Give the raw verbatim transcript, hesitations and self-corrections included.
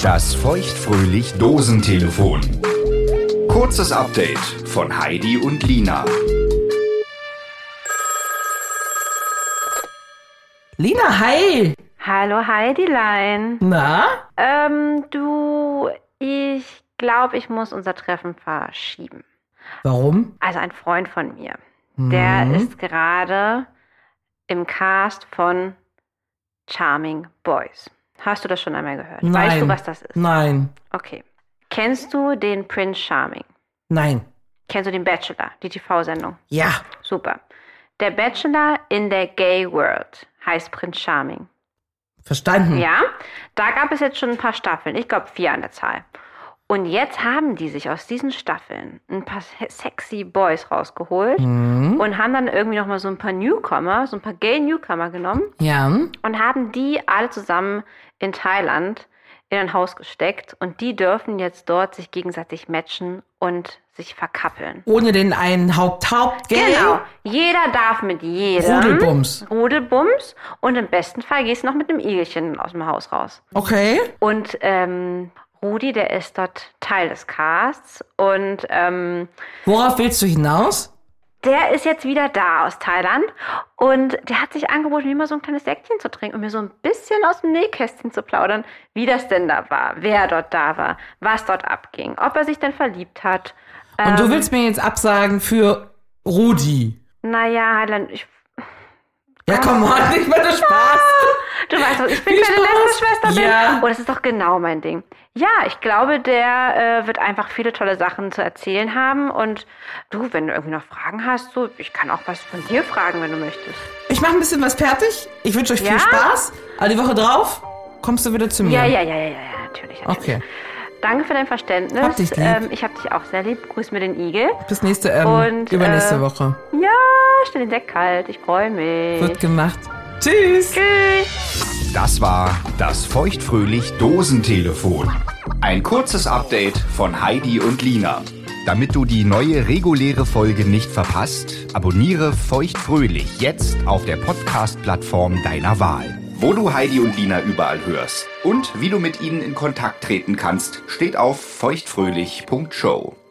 Das feuchtfröhlich Dosentelefon. Kurzes Update von Heidi und Lina. Lina, hi! Hallo Heidilein. Na? Ähm, du, ich glaube, ich muss unser Treffen verschieben. Warum? Also ein Freund von mir, der Mhm. ist gerade im Cast von Charming Boys. Hast du das schon einmal gehört? Nein. Weißt du, was das ist? Nein. Okay. Kennst du den Prince Charming? Nein. Kennst du den Bachelor, die T V-Sendung? Ja. Super. Der Bachelor in der Gay World heißt Prince Charming. Verstanden. Ja, da gab es jetzt schon ein paar Staffeln. Ich glaube vier an der Zahl. Und jetzt haben die sich aus diesen Staffeln ein paar sexy Boys rausgeholt Mhm. und haben dann irgendwie nochmal so ein paar Newcomer, so ein paar Gay-Newcomer genommen Ja. und haben die alle zusammen in Thailand in ein Haus gesteckt. Und die dürfen jetzt dort sich gegenseitig matchen und sich verkappeln. Ohne den einen Haupt-Haupt-Gay? Genau. Jeder darf mit jedem. Rudelbums. Rudelbums. Und im besten Fall gehst du noch mit dem Igelchen aus dem Haus raus. Okay. Und ähm, Rudi, der ist dort Teil des Casts. Und ähm, Worauf willst du hinaus? der ist jetzt wieder da aus Thailand. Und der hat sich angeboten, mir mal so ein kleines Säckchen zu trinken und mir so ein bisschen aus dem Nähkästchen zu plaudern, wie das denn da war, wer dort da war, was dort abging, ob er sich denn verliebt hat. Und du Ähm, willst mir jetzt absagen für Rudi? Naja, Heiland, ich... Ja, komm on, nicht mehr der Spaß. Du weißt doch, ich bin Viel keine Spaß. letzte Schwester bin. Ja. Oh, das ist doch genau mein Ding. Ja, ich glaube, der äh, wird einfach viele tolle Sachen zu erzählen haben. Und du, wenn du irgendwie noch Fragen hast, so, ich kann auch was von dir fragen, wenn du möchtest. Ich mache ein bisschen was fertig. Ich wünsche euch viel Ja? Spaß. Aber die Woche drauf kommst du wieder zu mir. Ja, ja, ja, ja, ja, ja, natürlich, natürlich. Okay. Danke für dein Verständnis. Hab dich lieb. Ähm, ich hab dich auch sehr lieb. Grüß mir den Igel. Bis nächste, ähm, Und, übernächste äh, Woche. Ja, stell den Deck kalt. Ich freue mich. Wird gemacht. Tschüss. Tschüss. Das war das feuchtfröhlich Dosentelefon. Ein kurzes Update von Heidi und Lina. Damit du die neue reguläre Folge nicht verpasst, abonniere feuchtfröhlich jetzt auf der Podcast-Plattform deiner Wahl. Wo du Heidi und Lina überall hörst und wie du mit ihnen in Kontakt treten kannst, steht auf feuchtfröhlich punkt show.